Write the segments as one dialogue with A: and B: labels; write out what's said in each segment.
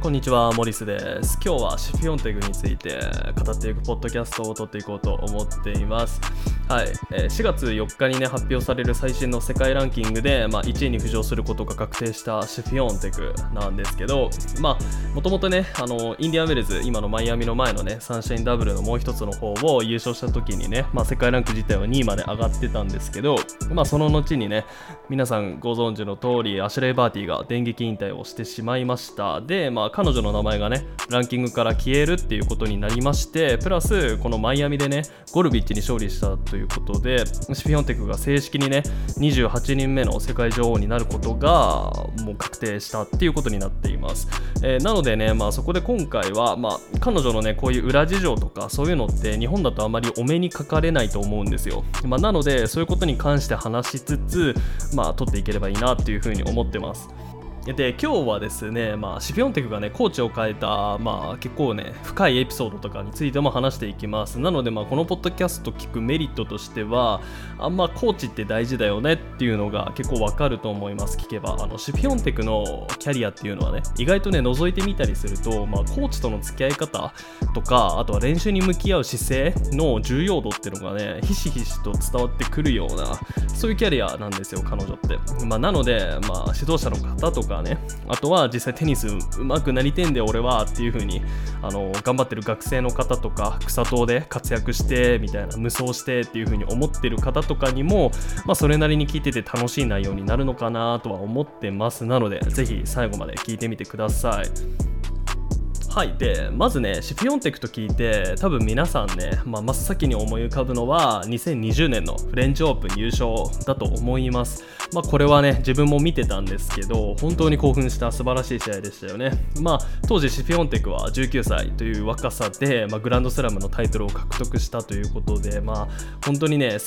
A: こんにちは、モリスです。今日はシフィオンテクについて語っていくポッドキャストを撮っていこうと思っています。はい、4月4日にね発表される最新の世界ランキングで、1位に浮上することが確定したシフィオンテクなんですけど、もともとねインディアンウェルズ、今のマイアミの前のねサンシャインダブルのもう一つの方を優勝した時にね、世界ランク自体は2位まで上がってたんですけど、その後にね皆さんご存知の通りアシュレイ・バーティが電撃引退をしてしまいました。で、彼女の名前がねランキングから消えるっていうことになりまして、プラスこのマイアミでねゴルビッチに勝利したということで、シフィオンテクが正式にね28人目の世界女王になることがもう確定したっていうことになっています。なのでね、そこで今回は、彼女のねこういう裏事情とかそういうのって日本だとあまりお目にかかれないと思うんですよ。なのでそういうことに関して話しつつ、取っていければいいなっていうふうに思ってます。で、今日はですね、シフィオンテクがねコーチを変えた、結構ね深いエピソードとかについても話していきます。なのでこのポッドキャスト聞くメリットとしては、コーチって大事だよねっていうのが結構わかると思います。聞けばシフィオンテクのキャリアっていうのはね意外とね覗いてみたりすると、コーチとの付き合い方とか、あとは練習に向き合う姿勢の重要度っていうのがねひしひしと伝わってくるような、そういうキャリアなんですよ彼女って。なので、指導者の方とかね、あとは実際テニス上手くなりてんで俺はっていう風に頑張ってる学生の方とか、草党で活躍してみたいな、無双してっていう風に思ってる方とかにも、それなりに聞いてて楽しい内容になるのかなとは思ってます。なのでぜひ最後まで聞いてみてください。はい、でまずねシフィオンテクと聞いて多分皆さんね、真っ先に思い浮かぶのは2020年のフレンチオープン優勝だと思います。これはね自分も見てたんですけど、本当に興奮した素晴らしい試合でしたよね。当時シフィオンテクは19歳という若さで、グランドスラムのタイトルを獲得したということで、本当にね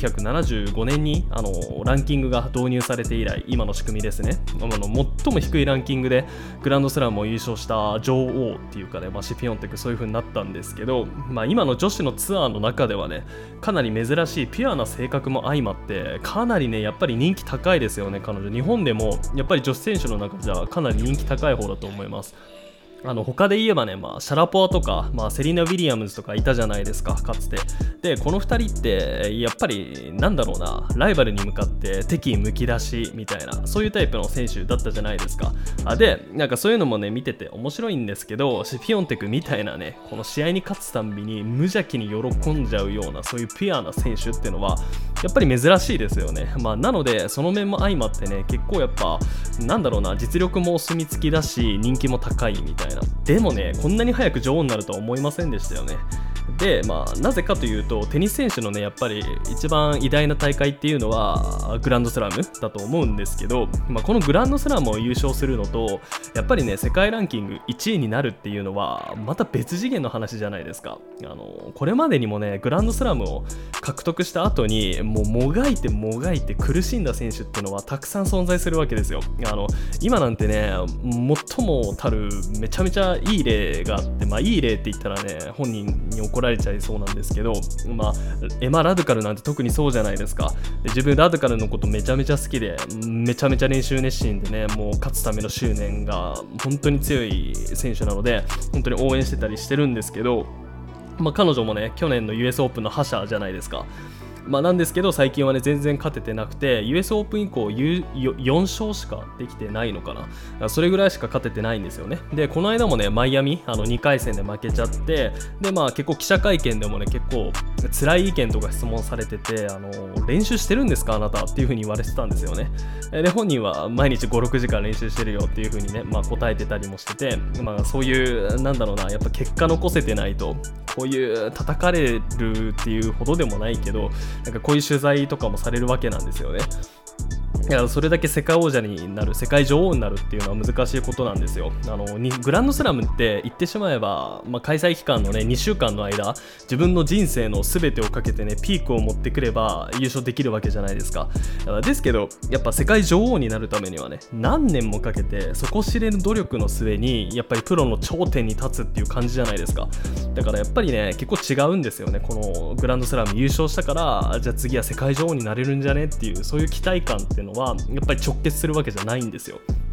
A: 1975年にランキングが導入されて以来、今の仕組みですね、最も低いランキングでグランドスラムを優勝した女王っていうかね、シフィオンテクそういう風になったんですけど、今の女子のツアーの中ではねかなり珍しいピュアな性格も相まって、かなりねやっぱり人気高いですよね彼女。日本でもやっぱり女子選手の中じゃかなり人気高い方だと思います。他で言えばね、シャラポワとか、セリーナ・ウィリアムズとかいたじゃないですか、かつて。で、この2人ってやっぱりライバルに向かって敵意むき出しみたいな、そういうタイプの選手だったじゃないですか。で、そういうのもね見てて面白いんですけど、シフィオンテクみたいなねこの試合に勝つたんびに無邪気に喜んじゃうような、そういうピュアな選手っていうのはやっぱり珍しいですよね。なのでその面も相まってね、結構やっぱ実力もお墨付きだし人気も高いみたいな。でもねこんなに早く女王になるとは思いませんでしたよね。でなぜかというと、テニス選手のねやっぱり一番偉大な大会っていうのはグランドスラムだと思うんですけど、このグランドスラムを優勝するのとやっぱりね世界ランキング1位になるっていうのはまた別次元の話じゃないですか。これまでにもねグランドスラムを獲得した後にもうもがいて苦しんだ選手っていうのはたくさん存在するわけですよ。今なんてね最もたるめちゃめちゃいい例があって、いい例って言ったらね本人に怒られちゃいそうなんですけど、エマ・ラドカルなんて特にそうじゃないですか。で自分ラドカルのことめちゃめちゃ好きで、めちゃめちゃ練習熱心でね、もう勝つための執念が本当に強い選手なので本当に応援してたりしてるんですけど、彼女もね去年の US オープンの覇者じゃないですか。なんですけど最近はね全然勝ててなくて、 US オープン以降4勝しかできてないのかな、それぐらいしか勝ててないんですよね。でこの間もねマイアミ2回戦で負けちゃって、で結構記者会見でもね結構辛い意見とか質問されてて、練習してるんですかあなたっていう風に言われてたんですよね。で本人は毎日 5,6 時間練習してるよっていう風にね、答えてたりもしてて、そういうやっぱ結果残せてないとこういう叩かれるっていうほどでもないけど、こういう取材とかもされるわけなんですよね。それだけ世界王者になる、世界女王になるっていうのは難しいことなんですよ。グランドスラムって言ってしまえば、開催期間のね2週間の間、自分の人生の全てをかけてねピークを持ってくれば優勝できるわけじゃないですか。ですけどやっぱ世界女王になるためにはね何年もかけて底知れぬ努力の末にやっぱりプロの頂点に立つっていう感じじゃないですか。だからやっぱりね結構違うんですよね。このグランドスラム優勝したからじゃあ次は世界女王になれるんじゃねっていう、そういう期待感っていうのはやっぱり直結するわけじゃないんですよ。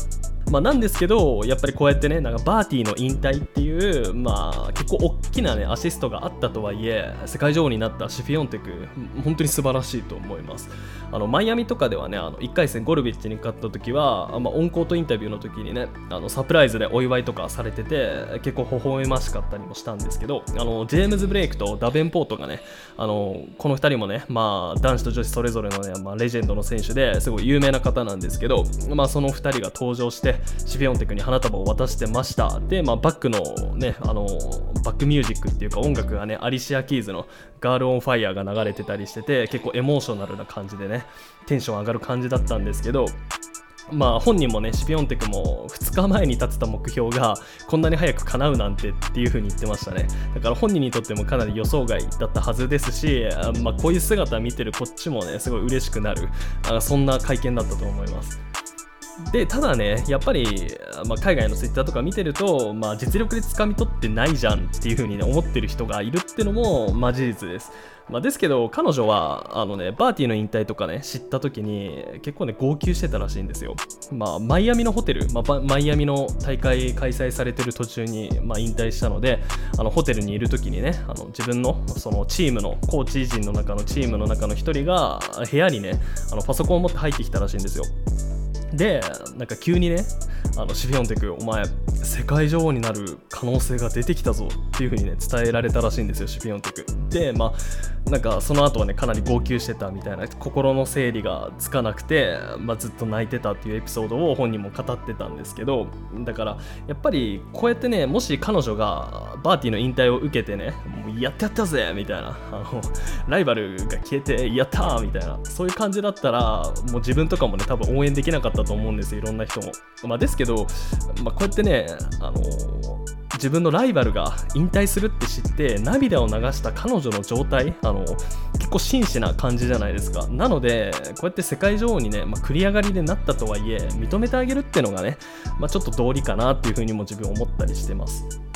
A: なんですけど、やっぱりこうやってね、なんかバーティの引退っていう、結構大きなねアシストがあったとはいえ、世界女王になったシフィオンテク、本当に素晴らしいと思います。マイアミとかではね、1回戦ゴルビッチに勝った時は、オンコートインタビューの時にね、サプライズでお祝いとかされてて、結構微笑ましかったりもしたんですけど、ジェームズ・ブレイクとダベンポートがね、この2人もね、男子と女子それぞれのね、レジェンドの選手ですごい有名な方なんですけど、その2人が登場してシフィオンテクに花束を渡してました。で、バックのね、バックミュージックっていうか音楽がね、アリシア・キーズのガール・オン・ファイヤーが流れてたりしてて、結構エモーショナルな感じでね、テンション上がる感じだったんですけど、本人もね、シフィオンテクも2日前に立てた目標がこんなに早く叶うなんてっていう風に言ってましたね。だから本人にとってもかなり予想外だったはずですし、こういう姿見てるこっちもね、すごい嬉しくなる、そんな会見だったと思います。で、ただね、やっぱり、海外のツイッターとか見てると、実力で掴み取ってないじゃんっていう風にね、思ってる人がいるっていうのも、事実です。ですけど、彼女はバーティの引退とかね、知った時に結構ね、号泣してたらしいんですよ。マイアミのホテル、マイアミの大会開催されてる途中に、引退したので、ホテルにいる時にね、自分のそのチームのコーチ陣の中のチームの中の一人が部屋にね、パソコンを持って入ってきたらしいんですよ。で、なんか急にね、シフィオンテク、お前世界女王になる可能性が出てきたぞっていう風にね、伝えられたらしいんですよ、シフィオンテクで。なんかその後はね、かなり号泣してたみたいな、心の整理がつかなくて、ずっと泣いてたっていうエピソードを本人も語ってたんですけど、だからやっぱりこうやってね、もし彼女がバーティの引退を受けてね、もうやってやったぜみたいな、ライバルが消えてやったーみたいな、そういう感じだったら、もう自分とかもね、多分応援できなかったと思うんですよ、いろんな人も。ですけど、こうやってね、自分のライバルが引退するって知って涙を流した彼女の状態、結構真摯な感じじゃないですか。なのでこうやって世界女王にね、繰り上がりでなったとはいえ認めてあげるっていうのがね、ちょっと道理かなっていう風にも自分思ったりしてます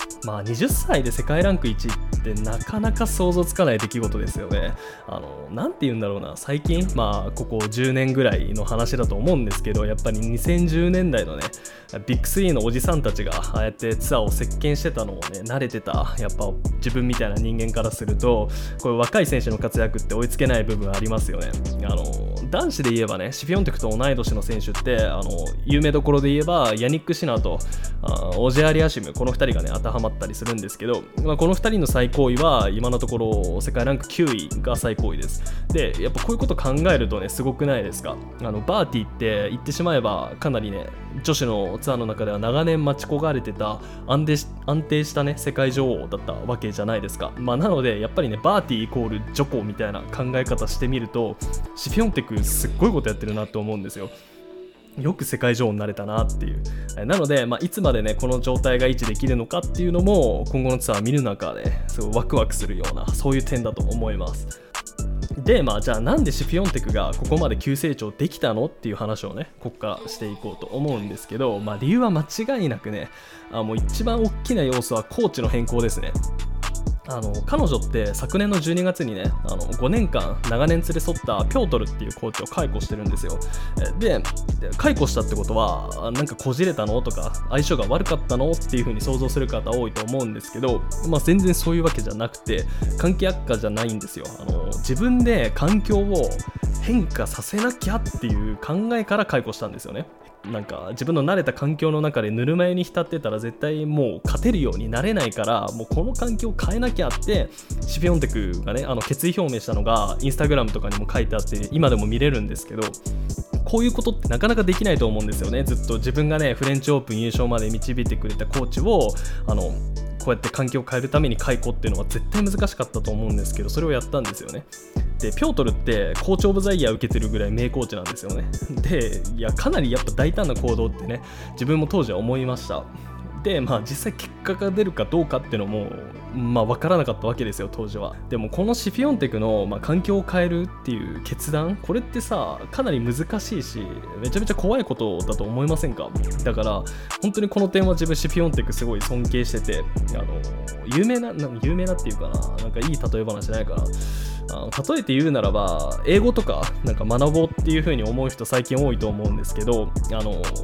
A: 。20歳で世界ランク1位ってなかなか想像つかない出来事ですよね。なんて言うんだろうな、最近ここ10年ぐらいの話だと思うんですけど、やっぱり2010年代のねビッグ3のおじさんたちがああやってツアーを席巻してたのをね、慣れてたやっぱ自分みたいな人間からすると、こういう若い選手の活躍って追いつけない部分ありますよね。男子で言えばね、シフィオンテクと同い年の選手って有名どころで言えばヤニック・シナーとオジェアリアシム、この2人がね当てはまったりするんですけど、この2人の最高位は今のところ世界ランク9位が最高位です。で、やっぱこういうこと考えるとね、すごくないですか。バーティって言ってしまえばかなりね、女子のツアーの中では長年待ち焦がれてた安定したね世界女王だったわけじゃないですか。なのでやっぱりね、バーティイコールジョコみたいな考え方してみると、シフィオンテクすっごいことやってるなって思うんですよ。よく世界女王になれたなっていう。なので、いつまでねこの状態が維持できるのかっていうのも今後のツアー見る中ですごいワクワクするような、そういう点だと思います。で、じゃあなんでシフィオンテクがここまで急成長できたのっていう話をね、ここからしていこうと思うんですけど、理由は間違いなくね、もう一番大きな要素はコーチの変更ですね。彼女って昨年の12月にね、5年間長年連れ添ったピョートルっていうコーチを解雇してるんですよ。で、解雇したってことはなんかこじれたのとか相性が悪かったのっていう風に想像する方多いと思うんですけど、全然そういうわけじゃなくて、関係悪化じゃないんですよ。自分で環境を変化させなきゃっていう考えから解雇したんですよね。なんか自分の慣れた環境の中でぬるま湯に浸ってたら絶対もう勝てるようになれないから、もうこの環境を変えなきゃってシフィオンテクがね決意表明したのがインスタグラムとかにも書いてあって今でも見れるんですけど、こういうことってなかなかできないと思うんですよね。ずっと自分がねフレンチオープン優勝まで導いてくれたコーチをこうやって環境を変えるために解雇っていうのは絶対難しかったと思うんですけど、それをやったんですよね。で、ピョートルってコーチオブザイヤー受けてるぐらい名コーチなんですよね。で、かなりやっぱ大胆な行動ってね、自分も当時は思いました。で、実際結果が出るかどうかっていうのも分からなかったわけですよ、当時は。でもこのシフィオンテクの、環境を変えるっていう決断、これってさ、かなり難しいしめちゃめちゃ怖いことだと思いませんか。だから本当にこの点は自分シフィオンテクすごい尊敬してて、有名なっていうかな、なんかいい例え話ないかな。例えて言うならば英語とかなんか学ぼうっていう風に思う人最近多いと思うんですけど、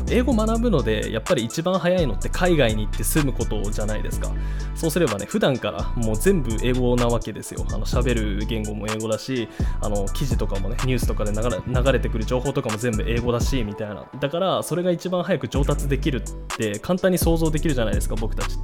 A: 英語学ぶのでやっぱり一番早いのって海外に行って住むことじゃないですか。そうすればね、普段からもう全部英語なわけですよ。喋る言語も英語だし、記事とかもね、ニュースとかで流れてくる情報とかも全部英語だしみたいな。だからそれが一番早く上達できるって簡単に想像できるじゃないですか、僕たちって。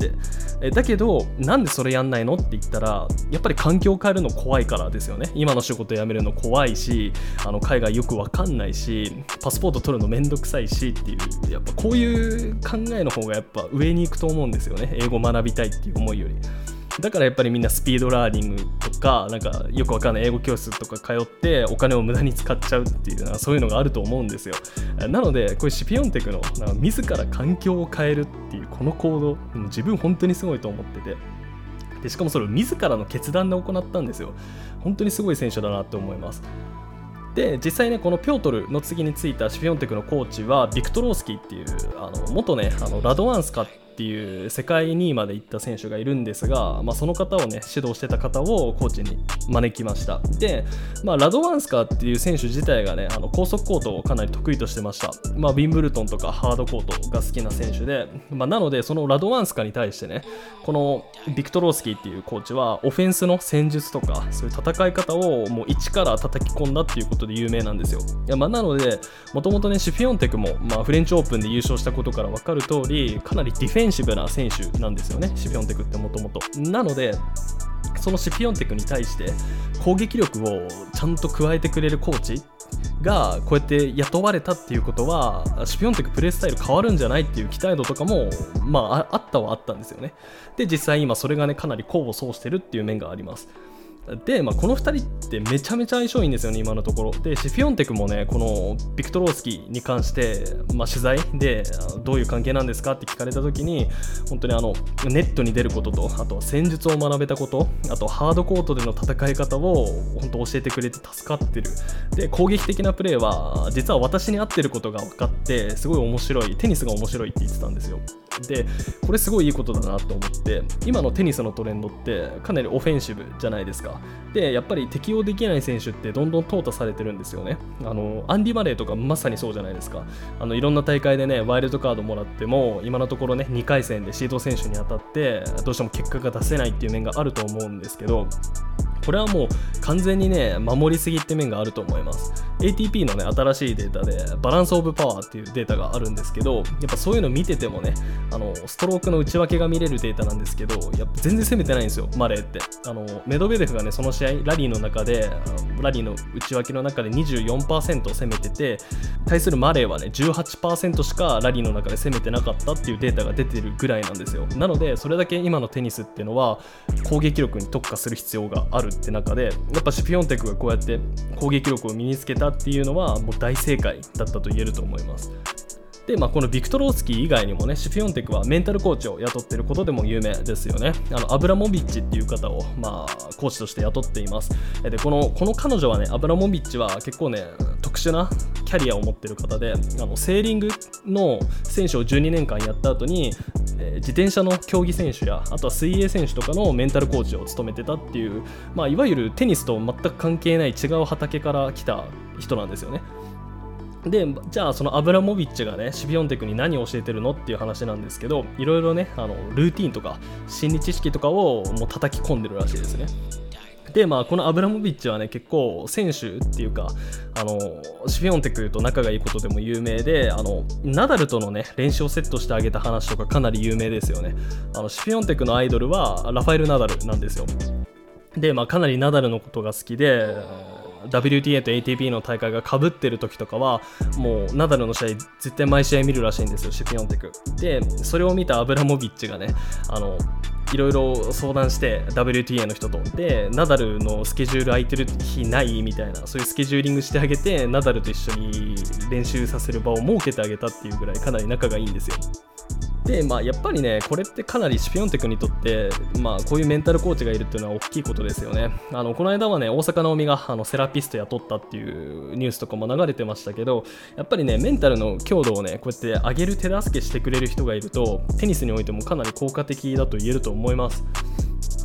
A: だけどなんでそれやんないのって言ったら、やっぱり環境を変えるの怖いからですよね。今の仕事辞めるの怖いし、海外よくわかんないし、パスポート取るのめんどくさいしっていう、やっぱこういう考えの方がやっぱ上に行くと思うんですよね、英語学びたいっていう思いより。だからやっぱりみんなスピードラーニングとか、なんかよくわかんない英語教室とか通ってお金を無駄に使っちゃうっていう、そういうのがあると思うんですよ。なのでこれシフィオンテクの自ら環境を変えるっていうこの行動、自分本当にすごいと思ってて、でしかもそれを自らの決断で行ったんですよ。本当にすごい選手だなって思います。で実際ね、このピョートルの次についたシフィオンテクのコーチはビクトロースキーっていう元ねラドワンスカっていう世界2位まで行った選手がいるんですが、その方をね指導してた方をコーチに招きました。で、ラドワンスカっていう選手自体がね高速コートをかなり得意としてました。ウィンブルトンとかハードコートが好きな選手で、なのでそのラドワンスカに対してね、このビクトロースキーっていうコーチはオフェンスの戦術とかそういう戦い方をもう一から叩き込んだっていうことで有名なんですよ。なのでもともとねシフィオンテクも、フレンチオープンで優勝したことから分かる通り、かなりディフェンシブな選手なんですよね、シフィオンテクってもともと。なのでそのシフィオンテクに対して攻撃力をちゃんと加えてくれるコーチがこうやって雇われたっていうことは、シフィオンテクプレースタイル変わるんじゃないっていう期待度とかもあったはあったんですよね。で実際今それがねかなり功を奏してるっていう面があります。で、この2人ってめちゃめちゃ相性いいんですよね、今のところ。でシフィオンテクもねこのビクトロースキーに関して、取材でどういう関係なんですかって聞かれた時に、本当にネットに出ることと、あとは戦術を学べたこと、あとハードコートでの戦い方を本当教えてくれて助かってる。で攻撃的なプレーは実は私に合ってることが分かって、すごい面白い、テニスが面白いって言ってたんですよ。でこれすごいいいことだなと思って、今のテニスのトレンドってかなりオフェンシブじゃないですか。でやっぱり適応できない選手ってどんどん淘汰されてるんですよね。アンディ・マレーとかまさにそうじゃないですか。いろんな大会でねワイルドカードもらっても今のところね2回戦でシード選手に当たってどうしても結果が出せないっていう面があると思うんですけど、これはもう完全にね守りすぎって面があると思います。 ATP のね新しいデータでバランスオブパワーっていうデータがあるんですけど、やっぱそういうの見ててもねストロークの内訳が見れるデータなんですけど、やっぱ全然攻めてないんですよ、マレーって。メドベデフがねその試合ラリーの中でラリーの内訳の中で 24% 攻めてて、対するマレーはね 18% しかラリーの中で攻めてなかったっていうデータが出てるぐらいなんですよ。なのでそれだけ今のテニスっていうのは攻撃力に特化する必要があるって中で、やっぱシフィオンテクがこうやって攻撃力を身につけたっていうのはもう大正解だったと言えると思います。で、このビクトロースキー以外にもねシフィオンテクはメンタルコーチを雇っていることでも有名ですよね。アブラモビッチっていう方を、コーチとして雇っています。でこの彼女はね、アブラモビッチは結構ね特殊なキャリアを持っている方で、セーリングの選手を12年間やった後に自転車の競技選手やあとは水泳選手とかのメンタルコーチを務めてたっていう、いわゆるテニスと全く関係ない違う畑から来た人なんですよね。でじゃあそのアブラモビッチがねシフィオンテクに何を教えてるのっていう話なんですけど、いろいろねルーティンとか心理知識とかをもう叩き込んでるらしいですね。でこのアブラモビッチはね結構選手っていうかシフィオンテクと仲がいいことでも有名で、ナダルとのね練習をセットしてあげた話とかかなり有名ですよね。シフィオンテクのアイドルはラファエル・ナダルなんですよ。でかなりナダルのことが好きで、WTA と ATP の大会が被ってる時とかはもうナダルの試合絶対毎試合見るらしいんですよ、シフィオンテクで。それを見たアブラモビッチがねいろいろ相談して WTA の人とで、ナダルのスケジュール空いてる日ないみたいな、そういうスケジューリングしてあげてナダルと一緒に練習させる場を設けてあげたっていうぐらいかなり仲がいいんですよ。でやっぱりねこれってかなりシフィオンテクにとってこういうメンタルコーチがいるっていうのは大きいことですよね。この間はね大坂なおみがセラピスト雇ったっていうニュースとかも流れてましたけど、やっぱりねメンタルの強度をねこうやって上げる手助けしてくれる人がいるとテニスにおいてもかなり効果的だと言えると思います。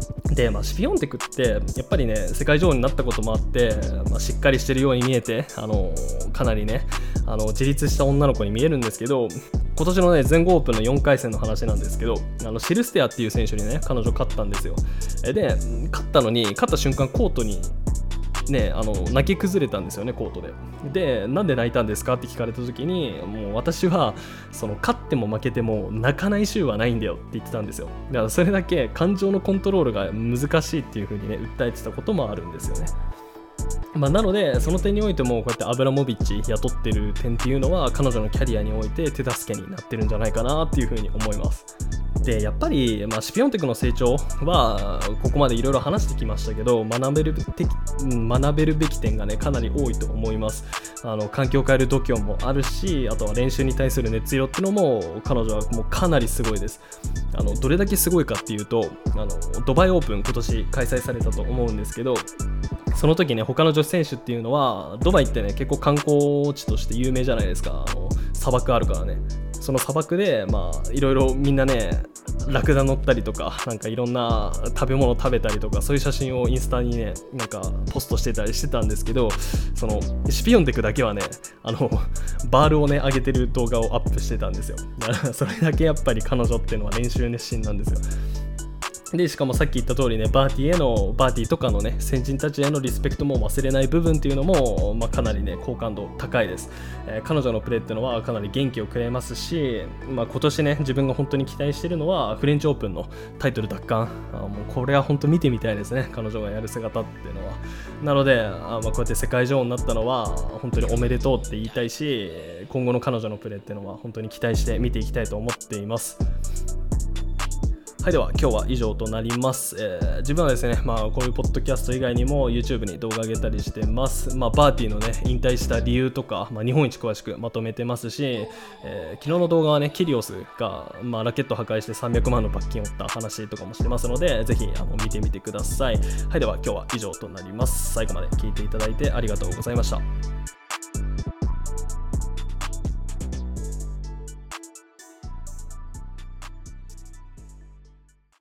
A: で、シフィオンテクってやっぱりね世界女王になったこともあって、しっかりしてるように見えてかなりね自立した女の子に見えるんですけど、今年のね全豪オープンの4回戦の話なんですけど、シルステアっていう選手にね彼女勝ったんですよ。で勝った瞬間コートにね、泣き崩れたんですよね、コートで。で、なんで泣いたんですかって聞かれた時に、もう私は勝っても負けても泣かない週はないんだよって言ってたんですよ。だからそれだけ感情のコントロールが難しいっていう風にね訴えてたこともあるんですよね。なのでその点においてもこうやってアブラモビッチ雇ってる点っていうのは彼女のキャリアにおいて手助けになってるんじゃないかなっていう風に思います。でやっぱり、シフィオンテクの成長はここまでいろいろ話してきましたけど、学べるべき点がねかなり多いと思います。環境を変える度胸もあるし、あとは練習に対する熱量っていうのも彼女はもうかなりすごいです。どれだけすごいかっていうとドバイオープン今年開催されたと思うんですけど、その時ね他の女子選手っていうのはドバイってね結構観光地として有名じゃないですか。砂漠あるからね。その砂漠でいろいろみんなねラクダ乗ったりとかなんかいろんな食べ物食べたりとかそういう写真をインスタにねなんかポストしてたりしてたんですけど、そのシフィオンテクだけはねバールをね上げてる動画をアップしてたんですよ。だからそれだけやっぱり彼女っていうのは練習熱心なんですよ。でしかもさっき言った通りねバーティとかのね先人たちへのリスペクトも忘れない部分っていうのも、かなりね好感度高いです。彼女のプレーっていうのはかなり元気をくれますし、今年ね自分が本当に期待しているのはフレンチオープンのタイトル奪還。もうこれは本当見てみたいですね、彼女がやる姿っていうのは。なのでこうやって世界女王になったのは本当におめでとうって言いたいし、今後の彼女のプレーっていうのは本当に期待して見ていきたいと思っています。はい、では今日は以上となります。自分はですね、こういうポッドキャスト以外にも YouTube に動画上げたりしてます。バーティのね引退した理由とか、日本一詳しくまとめてますし、昨日の動画はねキリオスが、ラケット破壊して300万の罰金を負った話とかもしてますので、ぜひ見てみてください。はい、では今日は以上となります。最後まで聞いていただいてありがとうございました。